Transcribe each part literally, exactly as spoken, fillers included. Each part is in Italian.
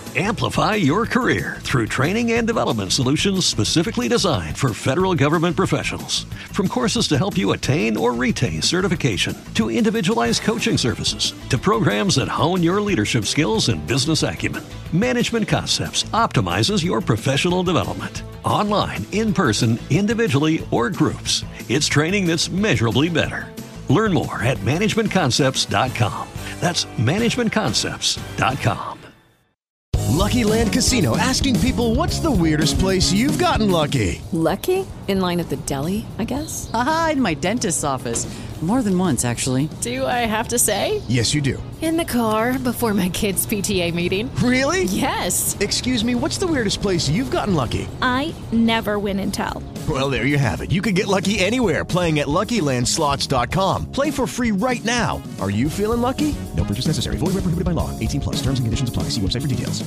Amplify your career through training and development solutions specifically designed for federal government professionals. From courses to help you attain or retain certification, to individualized coaching services, to programs that hone your leadership skills and business acumen, Management Concepts optimizes your professional development. Online, in person, individually, or groups, it's training that's measurably better. Learn more at management concepts dot com. That's management concepts dot com. Lucky Land Casino, asking people, what's the weirdest place you've gotten lucky? Lucky? In line at the deli, I guess? Aha, in my dentist's office. More than once, actually. Do I have to say? Yes, you do. In the car before my kids' P T A meeting. Really? Yes. Excuse me, what's the weirdest place you've gotten lucky? I never win and tell. Well, there you have it. You can get lucky anywhere, playing at Lucky Land Slots dot com. Play for free right now. Are you feeling lucky? No purchase necessary. Void where prohibited by law. eighteen plus. Terms and conditions apply. See website for details.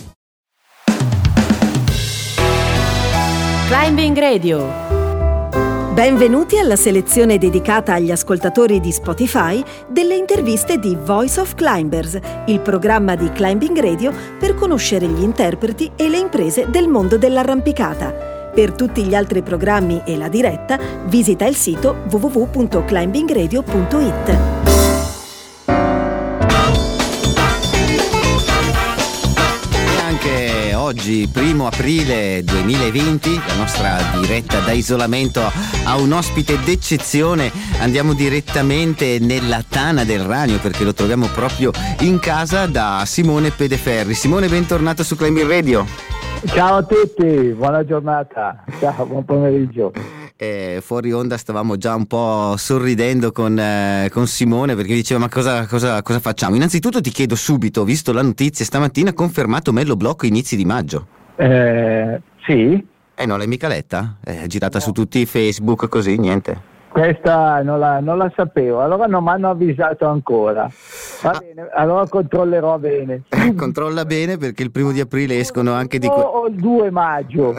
Climbing Radio. Benvenuti alla selezione dedicata agli ascoltatori di Spotify delle interviste di Voice of Climbers, il programma di Climbing Radio per conoscere gli interpreti e le imprese del mondo dell'arrampicata. Per tutti gli altri programmi e la diretta, visita il sito w w w punto climbing radio punto i t. Oggi, primo aprile duemilaventi, la nostra diretta da isolamento ha un ospite d'eccezione. Andiamo direttamente nella Tana del Ragno perché lo troviamo proprio in casa da Simone Pedeferri. Simone, bentornato su Climbing Radio. Ciao a tutti, buona giornata, ciao, buon pomeriggio. Eh, fuori onda stavamo già un po' sorridendo con, eh, con Simone perché diceva ma cosa, cosa, cosa facciamo? Innanzitutto ti chiedo subito, visto la notizia stamattina, confermato Mello Blocco inizi di maggio. Eh, sì. Eh non l'hai mica letta? È girata no. Su tutti i Facebook così, niente. Questa non la, non la sapevo, allora non mi hanno avvisato ancora. Va ah. bene, allora controllerò bene. Controlla bene perché il primo di aprile escono anche di... O, o il due maggio.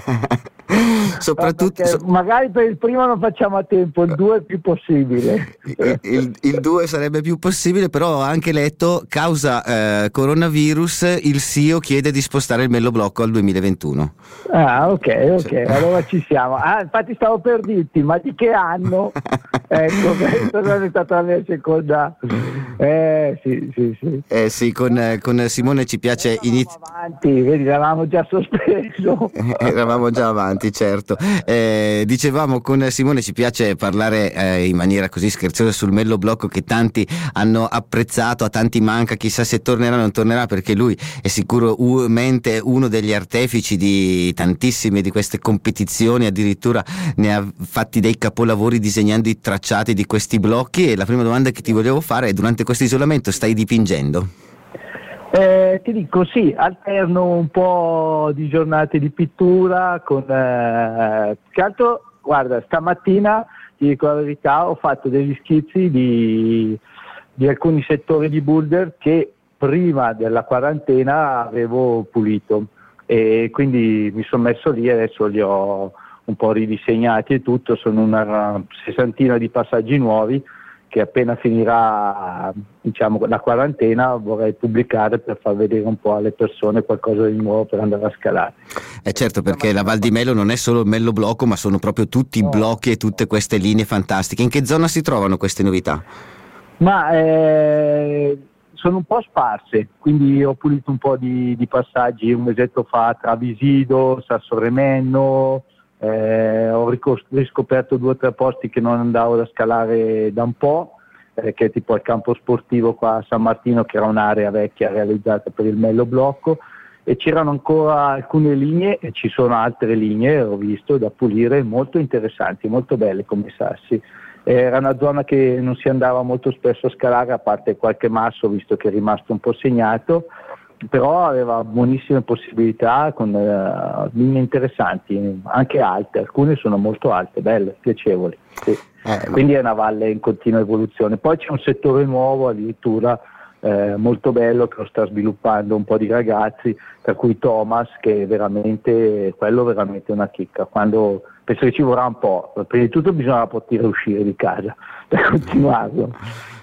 Soprattutto so- magari per il primo non facciamo a tempo, il due è più possibile. il, il, il due sarebbe più possibile, però ho anche letto causa eh, coronavirus il S I O chiede di spostare il Mello Blocco al duemilaventuno. Ah, ok, ok, cioè. Allora ci siamo. Ah, infatti stavo per dirti, ma di che anno? Ecco, questa è stata la mia seconda. Eh sì, sì, sì. Eh sì, con, con Simone ci piace iniziare. Avanti, vedi, l'avevamo già sospeso. Eravamo già avanti, certo. Eh, dicevamo con Simone ci piace parlare eh, in maniera così scherzosa sul Mello Blocco che tanti hanno apprezzato, a tanti manca, chissà se tornerà o non tornerà, perché lui è sicuramente uno degli artefici di tantissime di queste competizioni, addirittura ne ha fatti dei capolavori disegnando i tracciati di questi blocchi. E la prima domanda che ti volevo fare è: durante questo isolamento stai dipingendo? Eh, ti dico sì, alterno un po' di giornate di pittura con eh, che altro, guarda, stamattina ti dico la verità, ho fatto degli schizzi di, di alcuni settori di boulder che prima della quarantena avevo pulito e quindi mi sono messo lì e adesso li ho un po' ridisegnati e tutto, sono una sessantina di passaggi nuovi che appena finirà, diciamo, la quarantena vorrei pubblicare per far vedere un po' alle persone qualcosa di nuovo per andare a scalare. Eh certo, perché la Val di Melo non è solo il Mello Blocco, ma sono proprio tutti i no. blocchi e tutte queste linee fantastiche. In che zona si trovano queste novità? Ma eh, sono un po' sparse, quindi ho pulito un po' di, di passaggi un mesetto fa tra Visido, Sasso Remenno. Eh, ho riscoperto due o tre posti che non andavo da scalare da un po', eh, che è tipo il campo sportivo qua a San Martino, che era un'area vecchia realizzata per il Mello Blocco, e c'erano ancora alcune linee e ci sono altre linee, ho visto, da pulire, molto interessanti, molto belle come sassi. Era una zona che non si andava molto spesso a scalare, a parte qualche masso, visto che è rimasto un po' segnato, però aveva buonissime possibilità con uh, linee interessanti, anche alte, alcune sono molto alte, belle, piacevoli, sì. eh, quindi è una valle in continua evoluzione. Poi c'è un settore nuovo addirittura eh, molto bello che lo sta sviluppando un po' di ragazzi, tra cui Thomas, che è veramente, quello veramente una chicca. Quando penso che ci vorrà un po', prima di tutto bisogna poter uscire di casa per continuarlo.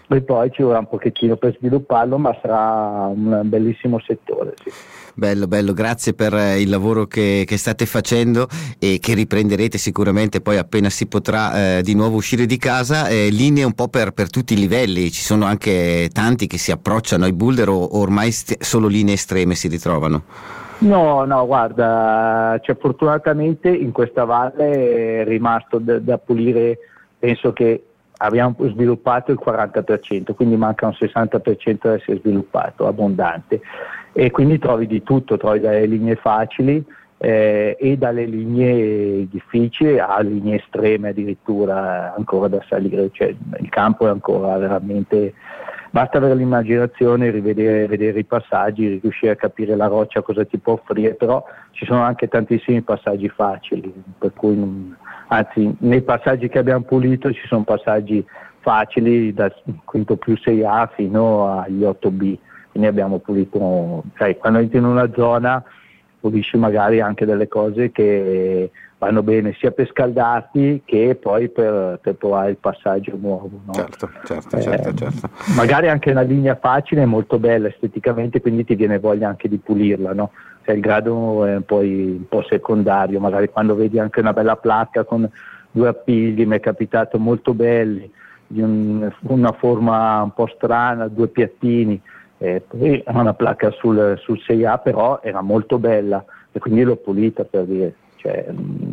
e poi ci vorrà un pochettino per svilupparlo, ma sarà un bellissimo settore, sì. Bello, bello, grazie per il lavoro che, che state facendo e che riprenderete sicuramente poi appena si potrà eh, di nuovo uscire di casa. Eh, linee un po' per, per tutti i livelli, ci sono anche tanti che si approcciano ai boulder o ormai st- solo linee estreme si ritrovano? No, no, guarda, cioè, fortunatamente in questa valle è rimasto da, da pulire, penso che abbiamo sviluppato il quaranta per cento, quindi manca un sessanta per cento da essere sviluppato, abbondante, e quindi trovi di tutto, trovi dalle linee facili eh, e dalle linee difficili a linee estreme addirittura ancora da salire, cioè il campo è ancora veramente, basta avere l'immaginazione, rivedere vedere i passaggi, riuscire a capire la roccia cosa ti può offrire, però ci sono anche tantissimi passaggi facili, per cui non, anzi nei passaggi che abbiamo pulito ci sono passaggi facili dal quinto più sei A fino agli otto B, quindi abbiamo pulito, cioè, quando entri in una zona pulisci magari anche delle cose che vanno bene sia per scaldarti che poi per, per provare il passaggio nuovo, no? Certo, certo, eh, certo, certo. Magari anche una linea facile è molto bella esteticamente, quindi ti viene voglia anche di pulirla, no? Cioè, il grado è poi un po' secondario, magari quando vedi anche una bella placca con due appigli, mi è capitato molto belli, di un, una forma un po' strana, due piattini, eh, poi una placca sul, sul sei A, però era molto bella e quindi l'ho pulita, per dire, cioè,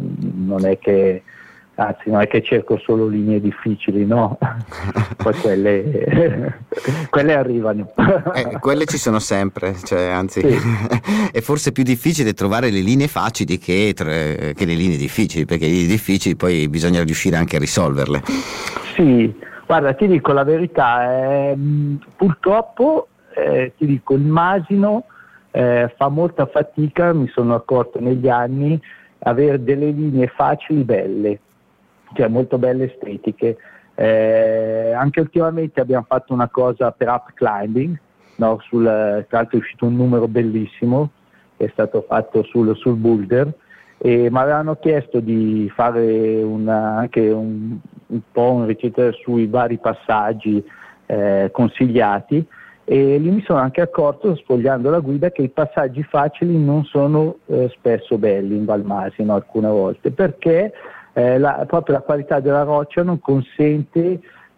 non è che anzi non è che cerco solo linee difficili, no? Poi quelle quelle arrivano. Eh, quelle ci sono sempre, cioè, anzi sì. È forse più difficile trovare le linee facili che, tre, che le linee difficili, perché le linee difficili poi bisogna riuscire anche a risolverle. Sì, guarda, ti dico la verità, eh, purtroppo eh, ti dico il Masino eh, fa molta fatica, mi sono accorto negli anni, avere delle linee facili belle, cioè molto belle estetiche. Eh, anche ultimamente abbiamo fatto una cosa per up climbing, no? Sul, tra l'altro è uscito un numero bellissimo che è stato fatto sul, sul boulder, e mi avevano chiesto di fare una, anche un, un po' un ricetta sui vari passaggi eh, consigliati, e lì mi sono anche accorto, sfogliando la guida, che i passaggi facili non sono eh, spesso belli in Val Masino alcune volte, perché eh, la, proprio la qualità della roccia non consente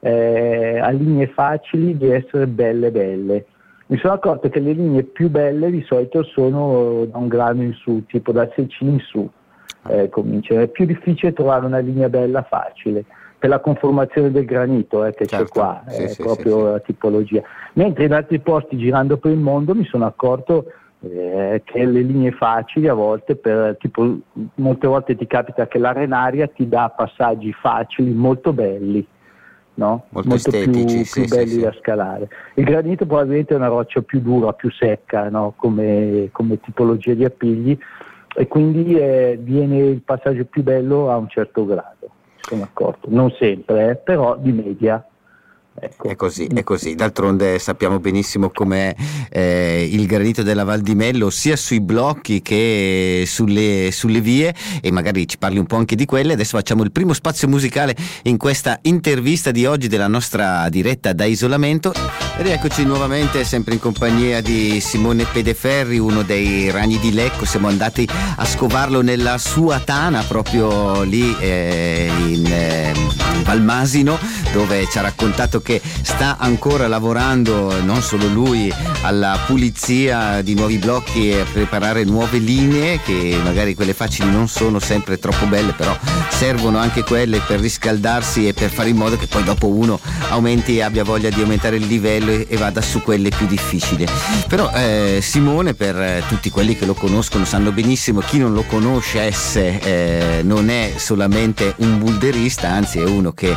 eh, a linee facili di essere belle belle. Mi sono accorto che le linee più belle di solito sono da un grano in su, tipo da sei C in su, eh, cominciano. È più difficile trovare una linea bella facile, per la conformazione del granito eh, che certo, c'è qua, sì, è sì, proprio sì, la tipologia. Mentre in altri posti girando per il mondo mi sono accorto eh, che le linee facili a volte, per, tipo, molte volte ti capita che l'arenaria ti dà passaggi facili molto belli, no? molto, molto estetici, più, sì, più belli sì, da sì. scalare. Il granito probabilmente è una roccia più dura, più secca, no? come, come tipologia di appigli, e quindi eh, viene il passaggio più bello a un certo grado. Sono accorto, non sempre, eh, però di media. Ecco. È così, è così. D'altronde sappiamo benissimo com'è eh, il granito della Val di Mello, sia sui blocchi che sulle, sulle vie, e magari ci parli un po' anche di quelle. Adesso facciamo il primo spazio musicale in questa intervista di oggi della nostra diretta da isolamento, ed eccoci nuovamente sempre in compagnia di Simone Pedeferri, uno dei ragni di Lecco. Siamo andati a scovarlo nella sua tana proprio lì eh, in, eh, in Val Masino, dove ci ha raccontato che sta ancora lavorando, non solo lui, alla pulizia di nuovi blocchi e a preparare nuove linee, che magari quelle facili non sono sempre troppo belle, però servono anche quelle per riscaldarsi e per fare in modo che poi dopo uno aumenti e abbia voglia di aumentare il livello e, e vada su quelle più difficili. Però eh, Simone, per eh, tutti quelli che lo conoscono, sanno benissimo, chi non lo conoscesse eh, non è solamente un boulderista, anzi è uno che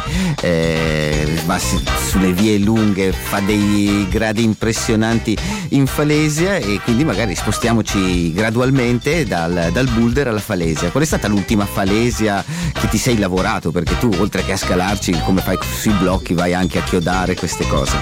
eh, va sulle vie lunghe, fa dei gradi impressionanti in falesia, e quindi magari spostiamoci gradualmente dal, dal boulder alla falesia. Qual è stata l'ultima falesia che ti sei lavorato? Perché tu, oltre che a scalarci, come fai sui blocchi, vai anche a chiodare queste cose.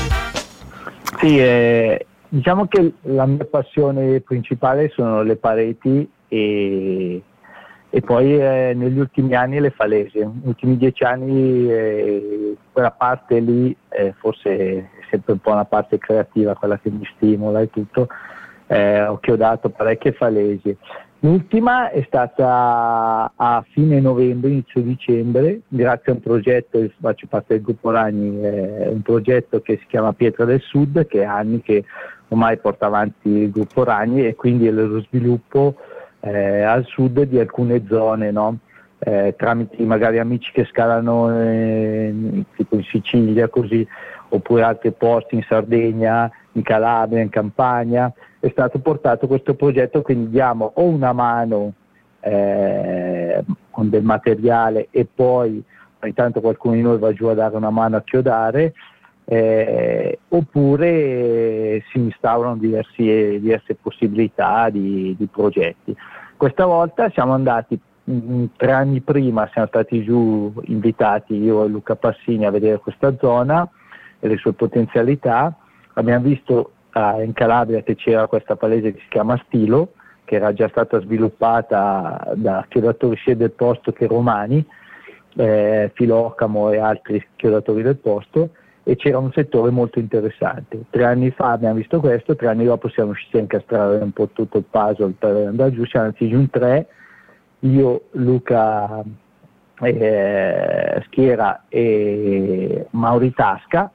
Sì, eh, diciamo che la mia passione principale sono le pareti e, e poi eh, negli ultimi anni le falese, negli ultimi dieci anni eh, quella parte lì eh, forse è sempre un po' una parte creativa, quella che mi stimola e tutto, eh, ho chiodato parecchie falesi. L'ultima è stata a fine novembre, inizio dicembre, grazie a un progetto, faccio parte del gruppo Ragni, è un progetto che si chiama Pietra del Sud, che ha anni che ormai porta avanti il gruppo Ragni, e quindi è lo sviluppo eh, al sud di alcune zone, no? eh, tramite magari amici che scalano eh, tipo in Sicilia così, oppure altri posti in Sardegna, in Calabria, in Campania. È stato portato questo progetto, quindi diamo o una mano eh, con del materiale, e poi ogni tanto qualcuno di noi va giù a dare una mano a chiodare, eh, oppure eh, si instaurano diversi, diverse possibilità di, di progetti. Questa volta siamo andati, mh, tre anni prima siamo stati giù invitati, io e Luca Passini, a vedere questa zona e le sue potenzialità. Abbiamo visto ah, in Calabria che c'era questa palese che si chiama Stilo, che era già stata sviluppata da chiodatori sia del posto che romani, eh, Filocamo e altri chiodatori del posto, e c'era un settore molto interessante. Tre anni fa abbiamo visto questo, tre anni dopo siamo riusciti a incastrare un po' tutto il puzzle per andare giù, siamo andati giù in tre, io, Luca eh, Schiera e Mauri Tasca,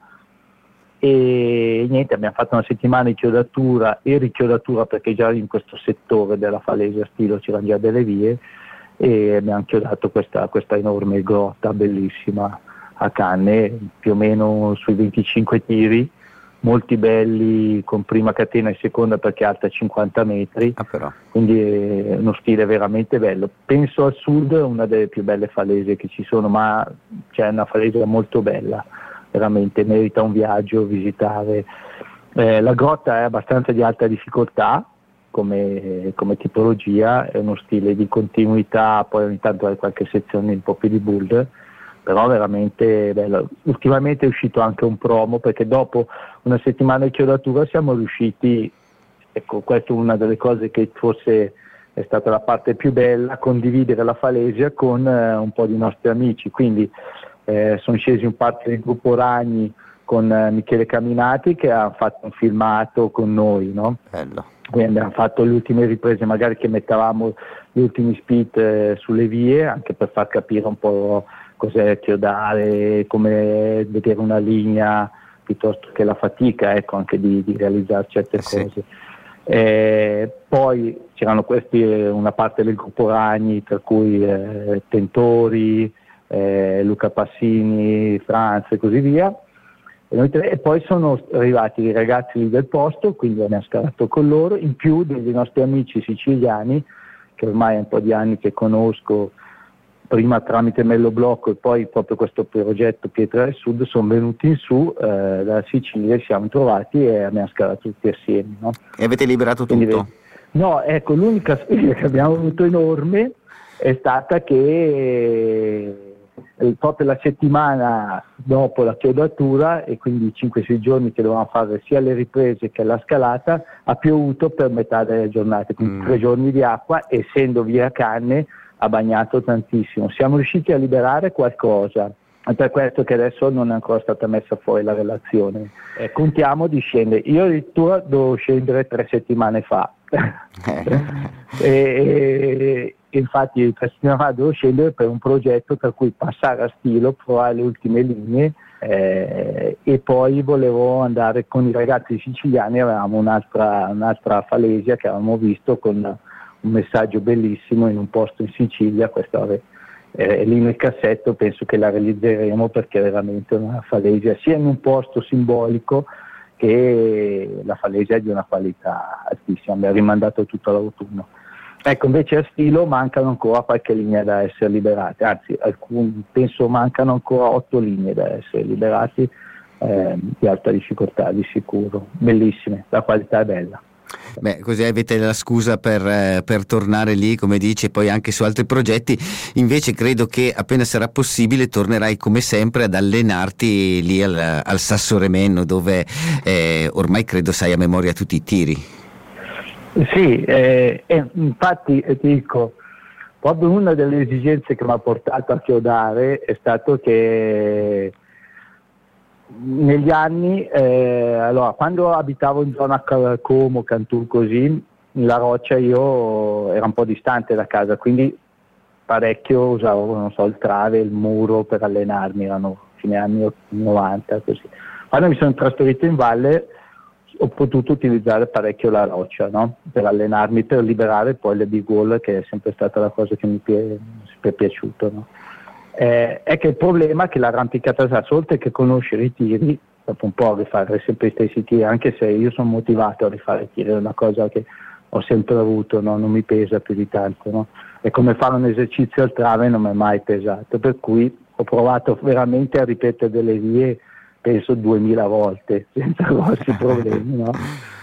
e niente, abbiamo fatto una settimana di chiodatura e richiodatura, perché già in questo settore della falese a Stilo c'erano già delle vie, e abbiamo chiodato questa, questa enorme grotta bellissima a canne, più o meno sui venticinque tiri, molti belli, con prima catena e seconda perché è alta cinquanta metri, ah, però. Quindi è uno stile veramente bello. Penso al sud una delle più belle falese che ci sono, ma c'è una falese molto bella, veramente merita un viaggio, visitare. Eh, la grotta è abbastanza di alta difficoltà come, come tipologia, è uno stile di continuità, poi ogni tanto hai qualche sezione un po' più di boulder, però veramente bello. Ultimamente è uscito anche un promo, perché dopo una settimana di chiodatura siamo riusciti, ecco, questa è una delle cose che forse è stata la parte più bella, condividere la falesia con eh, un po' di nostri amici, quindi eh, sono scesi un parte del gruppo Ragni con eh, Michele Caminati, che ha fatto un filmato con noi, no? Bello. Quindi abbiamo fatto le ultime riprese, magari che mettavamo gli ultimi speed eh, sulle vie, anche per far capire un po' cos'è chiodare, come vedere una linea, piuttosto che la fatica, ecco, anche di, di realizzare certe eh sì. cose. Eh, poi c'erano questi, una parte del gruppo Ragni, tra cui eh, Tentori, eh, Luca Passini, Franz e così via. E, noi tre, e poi sono arrivati i ragazzi del posto, quindi abbiamo scalato con loro, in più dei nostri amici siciliani, che ormai è un po' di anni che conosco, prima tramite Mello Blocco e poi proprio questo progetto Pietra del Sud, sono venuti in su eh, dalla Sicilia, ci siamo trovati e abbiamo scalato tutti assieme. No? E avete liberato Quindi, tutto? No, ecco, l'unica sfida che abbiamo avuto enorme è stata che eh, proprio la settimana dopo la chiodatura, e quindi i cinque sei giorni che dovevamo fare sia le riprese che la scalata, ha piovuto per metà delle giornate, quindi Mm. tre giorni di acqua, essendo via canne ha bagnato tantissimo. Siamo riusciti a liberare qualcosa, è per questo che adesso non è ancora stata messa fuori la relazione. Eh, contiamo di scendere, io addirittura dovevo scendere tre settimane fa e, e, e infatti tre settimane fa dovevo scendere per un progetto per cui passare a Stilo, provare le ultime linee, eh, e poi volevo andare con i ragazzi siciliani, avevamo un'altra, un'altra falesia che avevamo visto con un messaggio bellissimo in un posto in Sicilia, questa è lì nel cassetto, penso che la realizzeremo perché è veramente una falesia sia in un posto simbolico che la falesia è di una qualità altissima, abbiamo rimandato tutto all'autunno. Ecco, invece a Stilo mancano ancora qualche linea da essere liberate, anzi alcun, penso mancano ancora otto linee da essere liberate, eh, di alta difficoltà di sicuro, bellissime, la qualità è bella. Beh, così avete la scusa per, eh, per tornare lì, come dice, poi anche su altri progetti. Invece credo che appena sarà possibile tornerai come sempre ad allenarti lì al, al Sasso Remenno, dove eh, ormai credo sai a memoria tutti i tiri. Sì, eh, eh, infatti eh, ti dico, proprio una delle esigenze che mi ha portato a chiodare è stato che negli anni, eh, allora, quando abitavo in zona Como, Cantù, così, la roccia io era un po' distante da casa, quindi parecchio usavo, non so, il trave, il muro per allenarmi, erano fine anni novanta, così. Quando mi sono trasferito in valle ho potuto utilizzare parecchio la roccia, no? Per allenarmi, per liberare poi le big wall, che è sempre stata la cosa che mi pi- è sempre piaciuto, no? Eh, è che il problema è che l'arrampicata sasso, oltre che conoscere i tiri, dopo un po' rifare sempre i stessi tiri, anche se io sono motivato a rifare i tiri, è una cosa che ho sempre avuto, no? Non mi pesa più di tanto, no? È come fare un esercizio al trave, non mi è mai pesato, per cui ho provato veramente a ripetere delle vie, penso duemila volte, senza grossi problemi, no?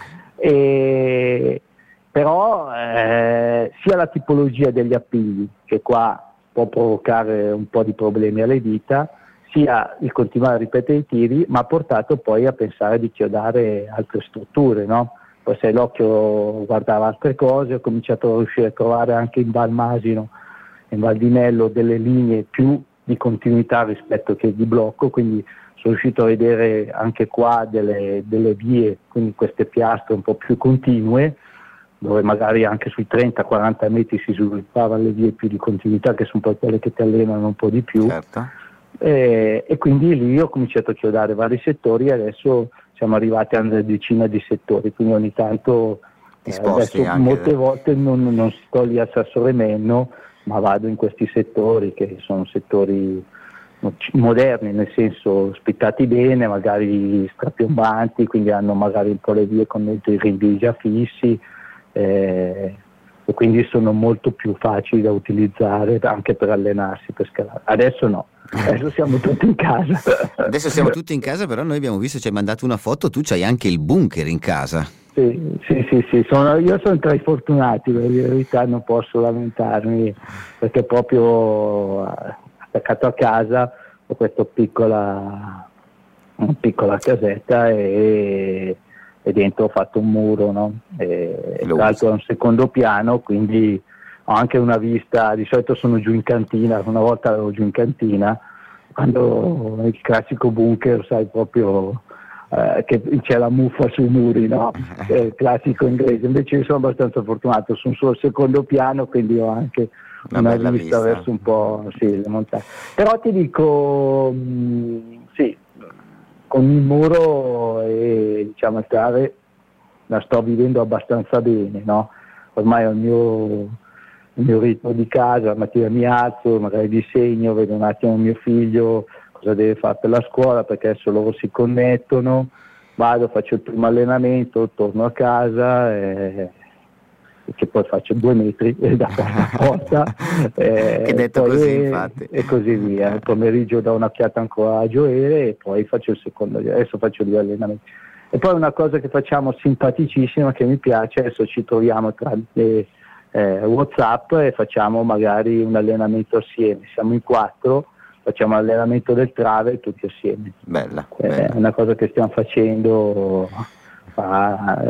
E, però eh, sia la tipologia degli appigli, che qua può provocare un po' di problemi alle dita, sia il continuare a ripetere i tiri, ma ha portato poi a pensare di chiodare altre strutture, no? Poi se l'occhio guardava altre cose, ho cominciato a riuscire a trovare anche in Val Masino, in Val di Mello, delle linee più di continuità rispetto che di blocco, quindi sono riuscito a vedere anche qua delle, delle vie, quindi queste piastre un po' più continue, dove magari anche sui trenta quaranta metri si sviluppavano le vie più di continuità, che sono poi quelle che ti allenano un po' di più. Certo. E, e quindi lì ho cominciato a chiodare vari settori e adesso siamo arrivati a una decina di settori, quindi ogni tanto ti eh, sposti adesso anche. Molte volte non, non sto lì a Sassoremenno, ma vado in questi settori che sono settori moderni, nel senso ospitati bene, magari strapiombanti, quindi hanno magari un po' le vie con dei rinvii già fissi, eh, e quindi sono molto più facili da utilizzare anche per allenarsi, per scalare. Adesso no, adesso siamo tutti in casa. Adesso siamo tutti in casa, però noi abbiamo visto, ci hai mandato una foto, tu c'hai anche il bunker in casa. Sì, sì, sì, sì. Sono, io sono tra i fortunati, per la verità non posso lamentarmi, perché proprio attaccato a casa ho questa piccola, una piccola casetta e, e dentro ho fatto un muro, no? E, tra l'altro è un secondo piano, quindi ho anche una vista, di solito sono giù in cantina, una volta ero giù in cantina, quando il classico bunker, sai, proprio eh, che c'è la muffa sui muri, no? È classico inglese, invece io sono abbastanza fortunato, sono sul secondo piano, quindi ho anche una, una vista, vista verso un po' sì, le montagne. Però ti dico, mh, sì, con il muro e diciamo il trave la sto vivendo abbastanza bene, no? Ormai ho il mio, il mio ritmo di casa, la mattina mi alzo, magari disegno, vedo un attimo mio figlio cosa deve fare per la scuola, perché adesso loro si connettono, vado, faccio il primo allenamento, torno a casa e che poi faccio due metri da porta eh, che detto poi così, e, infatti. E così via. Il pomeriggio do un'occhiata ancora a Gioele e poi faccio il secondo, adesso faccio due allenamenti. E poi una cosa che facciamo simpaticissima, che mi piace, adesso ci troviamo tramite eh, WhatsApp e facciamo magari un allenamento assieme, siamo in quattro, facciamo l'allenamento del trave tutti assieme. Bella, è bella. una cosa che stiamo facendo. Ah,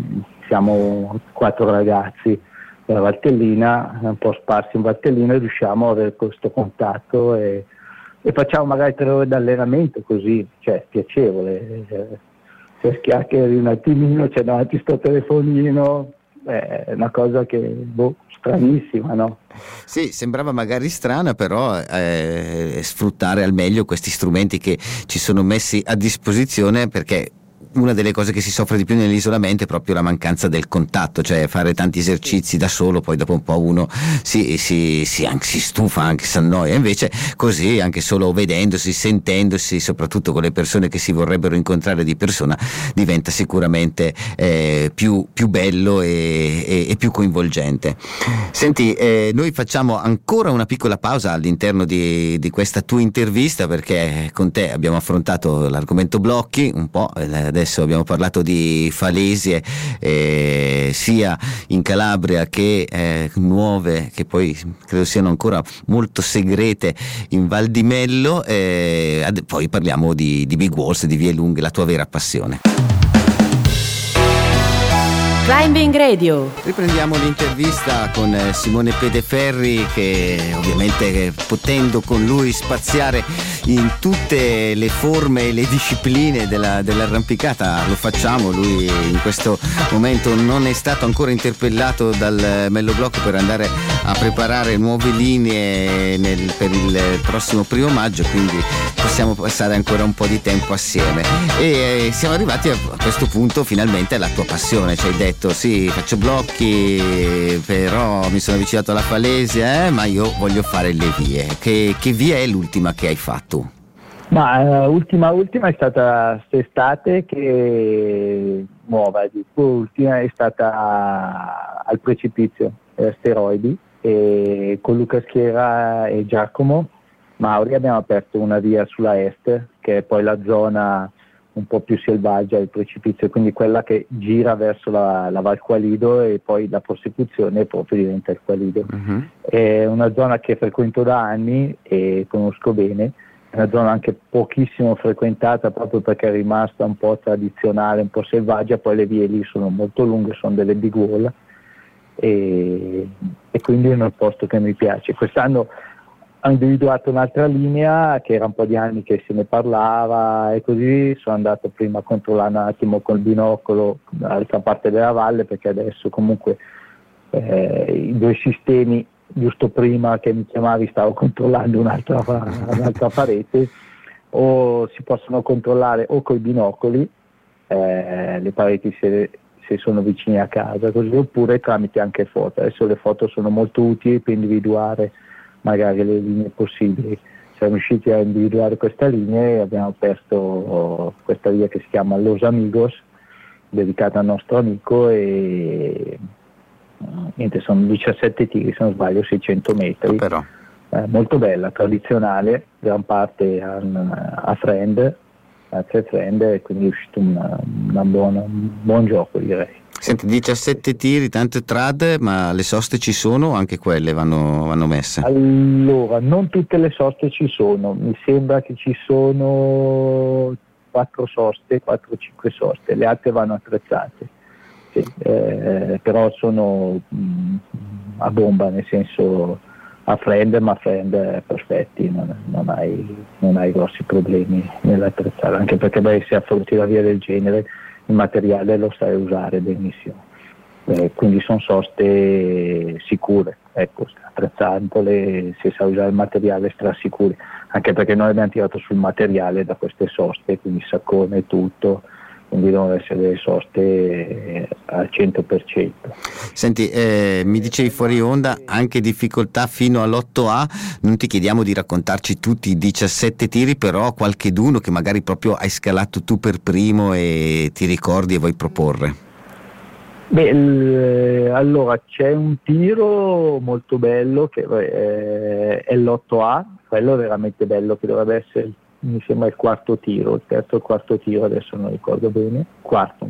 siamo quattro ragazzi della Valtellina, un po' sparsi in Valtellina, e riusciamo ad avere questo contatto e, e facciamo magari tre ore di allenamento così, cioè piacevole, se schiacchieri un attimino c'è davanti sto telefonino, è una cosa che boh, stranissima, no? Sì, sembrava magari strana, però eh, sfruttare al meglio questi strumenti che ci sono messi a disposizione, perché una delle cose che si soffre di più nell'isolamento è proprio la mancanza del contatto, cioè fare tanti esercizi da solo, poi dopo un po' uno si, si, si, anche, si stufa, anche si annoia, invece così anche solo vedendosi, sentendosi, soprattutto con le persone che si vorrebbero incontrare di persona, diventa sicuramente eh, più, più bello e, e, e più coinvolgente. Senti, eh, noi facciamo ancora una piccola pausa all'interno di, di questa tua intervista, perché con te abbiamo affrontato l'argomento blocchi un po', adesso abbiamo parlato di falesie eh, sia in Calabria che eh, nuove, che poi credo siano ancora molto segrete in Val di Mello, eh, ad, poi parliamo di, di big walls, di vie lunghe, la tua vera passione. Climbing Radio. Riprendiamo l'intervista con Simone Pedeferri, che ovviamente, potendo con lui spaziare in tutte le forme e le discipline della, dell'arrampicata, lo facciamo. Lui in questo momento non è stato ancora interpellato dal Melloblocco per andare a preparare nuove linee nel, per il prossimo primo maggio, quindi possiamo passare ancora un po' di tempo assieme. E siamo arrivati a questo punto finalmente alla tua passione. Ci hai detto: sì, faccio blocchi, però mi sono avvicinato alla falesia, eh, ma io voglio fare le vie. Che, che via è l'ultima che hai fatto? Ma uh, ultima ultima è stata quest'estate, che nuova, dico, ultima è stata al Precipizio, Asteroidi, e con Luca Schiera e Giacomo Mauri abbiamo aperto una via sulla est, che è poi la zona un po' più selvaggia del Precipizio, quindi quella che gira verso la, la Val Qualido, e poi la prosecuzione proprio diventa il Qualido. Uh-huh. È una zona che frequento da anni e conosco bene, è una zona anche pochissimo frequentata proprio perché è rimasta un po' tradizionale, un po' selvaggia, poi le vie lì sono molto lunghe, sono delle big wall, e, e quindi è un posto che mi piace. Quest'anno ho individuato un'altra linea, che era un po' di anni che se ne parlava, e così sono andato prima a controllare un attimo col binocolo dall'altra parte della valle, perché adesso comunque eh, i due sistemi, giusto prima che mi chiamavi stavo controllando un'altra, un'altra parete, o si possono controllare o coi binocoli eh, le pareti se, se sono vicine a casa, così, oppure tramite anche foto. Adesso le foto sono molto utili per individuare magari le linee possibili. Siamo riusciti a individuare questa linea e abbiamo aperto questa via che si chiama Los Amigos, dedicata al nostro amico, e niente, sono diciassette tiri, se non sbaglio, seicento metri. Però. Eh, molto bella, tradizionale, gran parte a, a friend, grazie a friend, e quindi è uscito una, una buona, un buon gioco, direi. Senti, diciassette tiri, tante trad, ma le soste ci sono? Anche quelle vanno, vanno messe? Allora, non tutte le soste ci sono, mi sembra che ci sono quattro soste, quattro cinque soste, le altre vanno attrezzate, sì, eh, però sono mh, a bomba, nel senso a friend, ma friend perfetti, non, non, hai, non hai grossi problemi nell'attrezzare, anche perché beh, se affronti la via del genere il materiale lo sai usare benissimo, eh, quindi sono soste sicure, ecco, attrezzandole, se sai usare il materiale strasicuri, anche perché noi abbiamo tirato sul materiale da queste soste, quindi saccone e tutto, quindi devono essere delle soste al cento per cento. Senti, eh, mi dicevi fuori onda anche difficoltà fino all'otto A, non ti chiediamo di raccontarci tutti i diciassette tiri, però qualcheduno che magari proprio hai scalato tu per primo e ti ricordi e vuoi proporre. Beh, l- allora c'è un tiro molto bello che eh, è l'otto A, quello è veramente bello, che dovrebbe essere, mi sembra, il quarto tiro, il terzo o il quarto tiro, adesso non ricordo bene, quarto,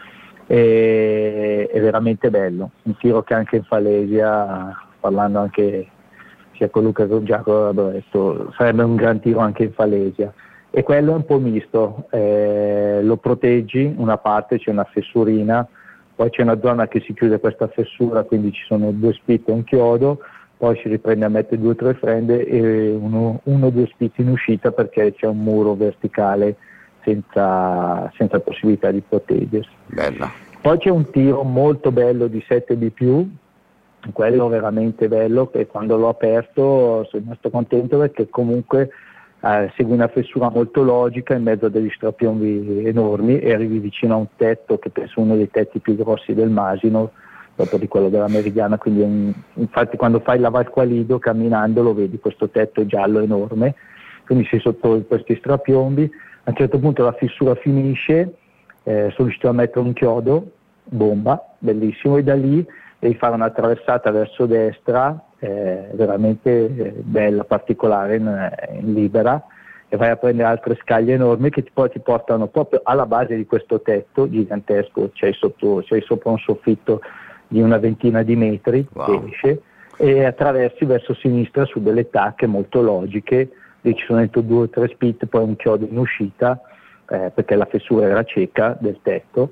e, è veramente bello, un tiro che anche in Falesia, parlando anche sia con Luca che con Giacomo, avevo detto sarebbe un gran tiro anche in Falesia, e quello è un po' misto, eh, lo proteggi, una parte c'è una fessurina, poi c'è una zona che si chiude questa fessura, quindi ci sono due spit e un chiodo, poi si riprende a mettere due o tre frende e uno o due spizzi in uscita, perché c'è un muro verticale senza, senza possibilità di proteggersi. Bella. Poi c'è un tiro molto bello di sette B più, quello veramente bello, che quando l'ho aperto sono rimasto contento, perché comunque eh, segue una fessura molto logica in mezzo a degli strapiombi enormi, e arrivi vicino a un tetto che penso uno dei tetti più grossi del Masino, dopo di quello della Meridiana, quindi un, infatti quando fai la Val Qualido camminando lo vedi, questo tetto giallo enorme, quindi sei sotto questi strapiombi. A un certo punto la fessura finisce, eh, sono riuscito a mettere un chiodo, bomba, bellissimo, e da lì devi fare una traversata verso destra, eh, veramente eh, bella, particolare, in, in libera, e vai a prendere altre scaglie enormi che ti, poi ti portano proprio alla base di questo tetto gigantesco, c'è, sotto, c'è sopra un soffitto di una ventina di metri, wow, che esce, e attraversi verso sinistra su delle tacche molto logiche, lì ci sono dentro due o tre spit, poi un chiodo in uscita, eh, perché la fessura era cieca del tetto,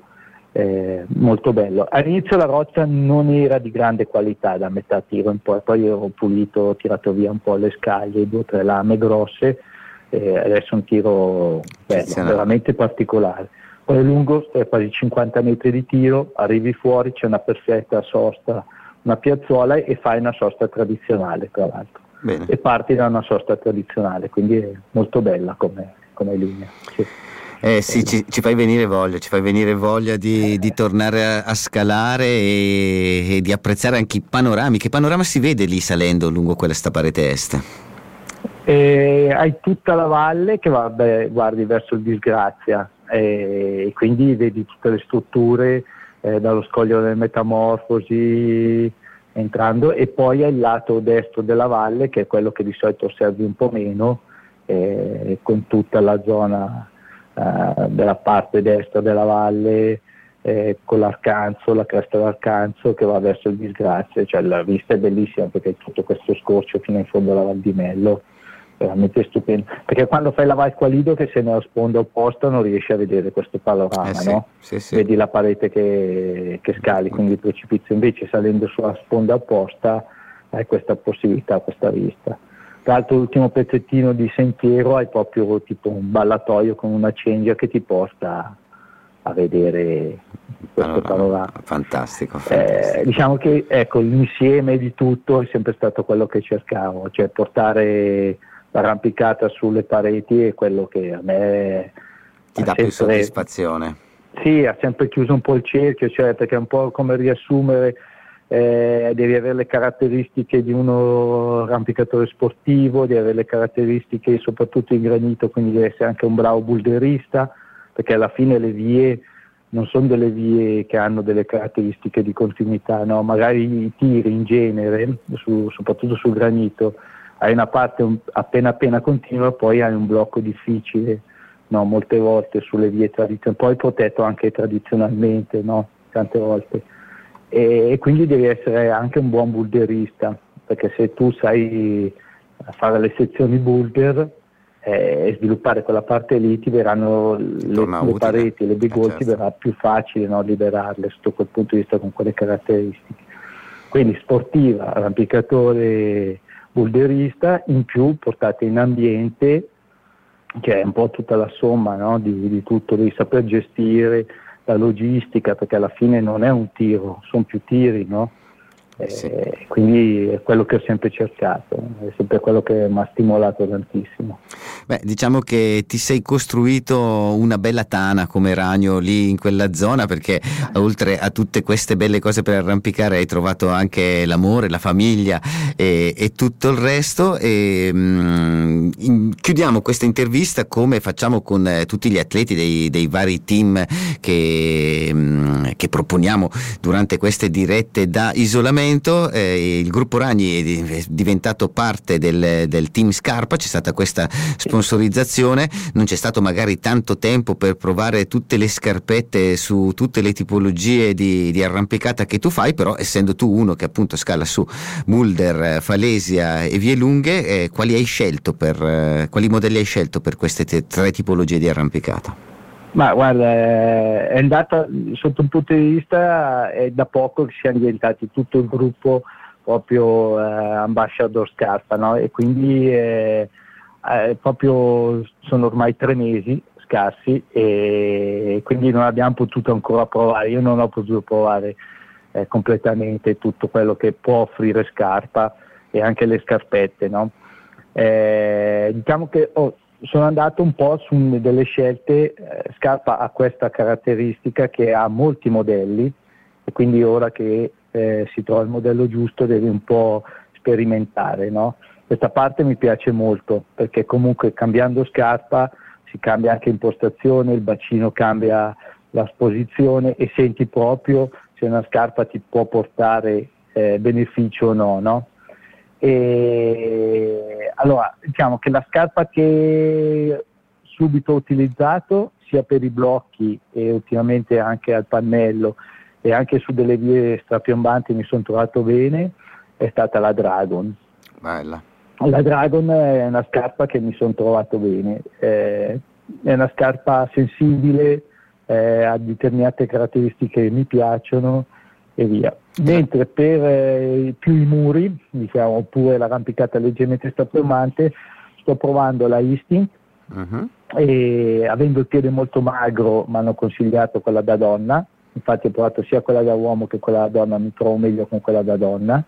eh, molto bello. All'inizio la roccia non era di grande qualità da metà tiro in poi, poi ho pulito, ho tirato via un po' le scaglie, due o tre lame grosse, e adesso un tiro bello, veramente particolare. Poi è lungo, è quasi cinquanta metri di tiro, arrivi fuori, c'è una perfetta sosta, una piazzola, e fai una sosta tradizionale tra l'altro. Bene. E parti da una sosta tradizionale, quindi è molto bella come, come linea. Sì. Eh sì, ci, ci fai venire voglia, ci fai venire voglia di, di tornare a, a scalare e, e di apprezzare anche i panorami. Che panorama si vede lì salendo lungo questa parete est? E hai tutta la valle che va, beh, guardi verso il Disgrazia, e quindi vedi tutte le strutture eh, dallo scoglio delle Metamorfosi entrando, e poi hai il lato destro della valle, che è quello che di solito osservi un po' meno, eh, con tutta la zona Uh, della parte destra della valle, eh, con l'Arcanzo, la cresta dell'Arcanzo che va verso il Disgrazia, cioè la vista è bellissima perché è tutto questo scorcio fino in fondo alla Val di Mello, veramente stupendo, perché quando fai la Val Qualido, che sei nella sponda opposta, non riesci a vedere questo panorama, eh sì, no? Sì, sì. Vedi la parete che, che scali, quindi il precipizio, invece salendo sulla sponda opposta hai questa possibilità, questa vista. Tra l'altro l'ultimo pezzettino di sentiero hai proprio tipo un ballatoio con una cengia che ti porta a vedere questo allora, panorama. Fantastico, fantastico. Eh, diciamo che ecco, l'insieme di tutto è sempre stato quello che cercavo, cioè portare l'arrampicata sulle pareti è quello che a me ti dà sempre, più soddisfazione. Sì, ha sempre chiuso un po' il cerchio, cioè perché è un po' come riassumere. Eh, devi avere le caratteristiche di uno arrampicatore sportivo, devi avere le caratteristiche soprattutto in granito, quindi devi essere anche un bravo boulderista, perché alla fine le vie non sono delle vie che hanno delle caratteristiche di continuità, no? Magari i tiri in genere, su, soprattutto sul granito, hai una parte un, appena appena continua, poi hai un blocco difficile, no? Molte volte sulle vie tradizionali, poi protetto anche tradizionalmente, no? Tante volte. E quindi devi essere anche un buon boulderista, perché se tu sai fare le sezioni boulder eh, e sviluppare quella parte lì, ti verranno le, le pareti, le big wall, eh, certo. Ti verrà più facile, no, liberarle sotto quel punto di vista con quelle caratteristiche. Quindi sportiva, arrampicatore, boulderista, in più portate in ambiente, che è un po' tutta la somma, no, di, di tutto, devi saper gestire la logistica, perché alla fine non è un tiro, sono più tiri, no? Eh, sì. Quindi è quello che ho sempre cercato, è sempre quello che mi ha stimolato tantissimo. Beh, diciamo che ti sei costruito una bella tana come ragno lì in quella zona, perché oltre a tutte queste belle cose per arrampicare hai trovato anche l'amore, la famiglia e, e tutto il resto. E mh, in, chiudiamo questa intervista come facciamo con eh, tutti gli atleti dei, dei vari team che, mh, che proponiamo durante queste dirette da isolamento. Eh, il gruppo Ragni è diventato parte del, del team Scarpa, c'è stata questa sponsorizzazione, non c'è stato magari tanto tempo per provare tutte le scarpette su tutte le tipologie di, di arrampicata che tu fai, però essendo tu uno che appunto scala su Mulder, Falesia e vie lunghe, eh, quali hai scelto per eh, quali modelli hai scelto per queste te, tre tipologie di arrampicata? Ma guarda, è andata sotto un punto di vista, è da poco che siamo diventati tutto il gruppo proprio eh, ambassador Scarpa, no? E quindi eh, eh, proprio sono ormai tre mesi scarsi e quindi non abbiamo potuto ancora provare, io non ho potuto provare eh, completamente tutto quello che può offrire Scarpa e anche le scarpette, no? Eh, diciamo che oh, sono andato un po' su delle scelte, eh, Scarpa ha questa caratteristica che ha molti modelli e quindi ora che eh, si trova il modello giusto devi un po' sperimentare, no? Questa parte mi piace molto perché comunque cambiando scarpa si cambia anche impostazione, il bacino cambia la posizione e senti proprio se una scarpa ti può portare eh, beneficio o no, no? E allora diciamo che la scarpa che subito ho utilizzato sia per i blocchi e ultimamente anche al pannello e anche su delle vie strapiombanti mi sono trovato bene è stata la Dragon. Bella. La Dragon è una scarpa che mi sono trovato bene, eh, è una scarpa sensibile, eh, ha determinate caratteristiche che mi piacciono e via. Mentre per eh, più i muri, diciamo, oppure l'arrampicata leggermente strapomante, sto provando la Instinct. Uh-huh. E avendo il piede molto magro mi hanno consigliato quella da donna, infatti ho provato sia quella da uomo che quella da donna, mi trovo meglio con quella da donna,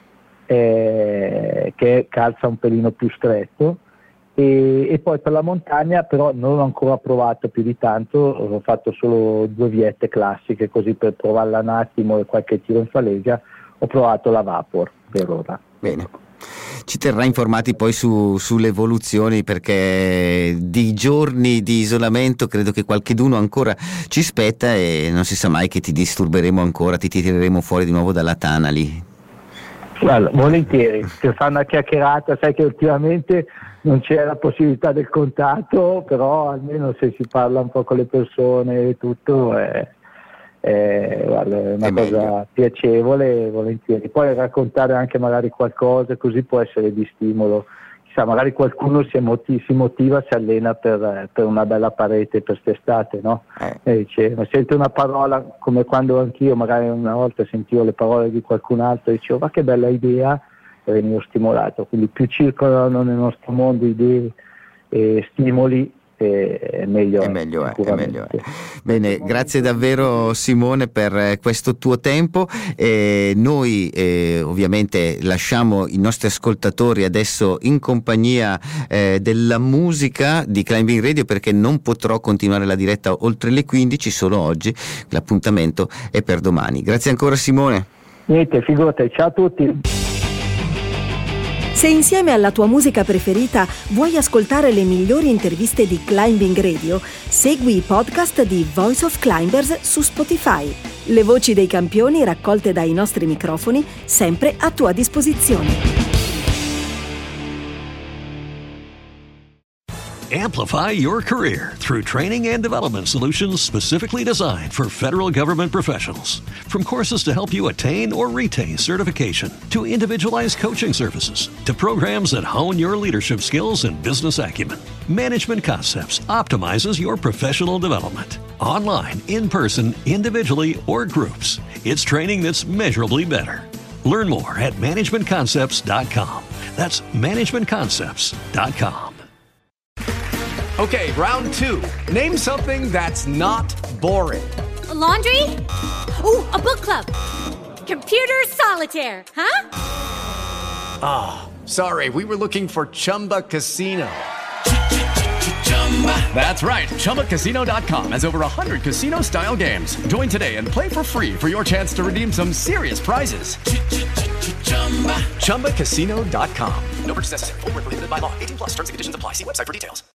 eh, che calza un pelino più stretto. E, e poi per la montagna però non l'ho ancora provato più di tanto, ho fatto solo due viette classiche così per provarla un attimo e qualche tiro in falesia. Ho provato la Vapor per ora. Bene, ci terrà informati poi su, sulle evoluzioni, perché di giorni di isolamento credo che qualcheduno ancora ci spetta e non si sa mai che ti disturberemo ancora, ti tireremo fuori di nuovo dalla tana lì. Guarda, volentieri, per fare una chiacchierata, sai che ultimamente non c'è la possibilità del contatto, però almeno se si parla un po' con le persone e tutto è, è, guarda, è una è cosa meglio. Piacevole, volentieri. Poi raccontare anche magari qualcosa, così può essere di stimolo. Chissà, magari qualcuno si, moti- si motiva, si allena per, per una bella parete per quest'estate, no? Eh. E dice, ma sente una parola, come quando anch'io magari una volta sentivo le parole di qualcun altro e dicevo, ma che bella idea, e venivo stimolato. Quindi più circolano nel nostro mondo idee e stimoli, è meglio, è è, meglio, è, è meglio è. Bene, grazie davvero Simone per questo tuo tempo. Eh, noi eh, ovviamente lasciamo i nostri ascoltatori adesso in compagnia eh, della musica di Climbing Radio, perché non potrò continuare la diretta oltre le quindici, solo oggi, l'appuntamento è per domani. Grazie ancora Simone. Niente, figurati, ciao a tutti. Se insieme alla tua musica preferita vuoi ascoltare le migliori interviste di Climbing Radio, segui i podcast di Voice of Climbers su Spotify. Le voci dei campioni raccolte dai nostri microfoni, sempre a tua disposizione. Amplify your career through training and development solutions specifically designed for federal government professionals. From courses to help you attain or retain certification, to individualized coaching services, to programs that hone your leadership skills and business acumen, Management Concepts optimizes your professional development. Online, in person, individually, or groups, it's training that's measurably better. Learn more at management concepts dot com. That's management concepts dot com. Okay, round two. Name something that's not boring. A laundry? Ooh, a book club. Computer solitaire, huh? Ah, oh, sorry, we were looking for Chumba Casino. That's right, Chumba Casino dot com has over one hundred casino-style games. Join today and play for free for your chance to redeem some serious prizes. Chumba Casino dot com. No purchase necessary. Void where prohibited by law. eighteen plus terms and conditions apply. See website for details.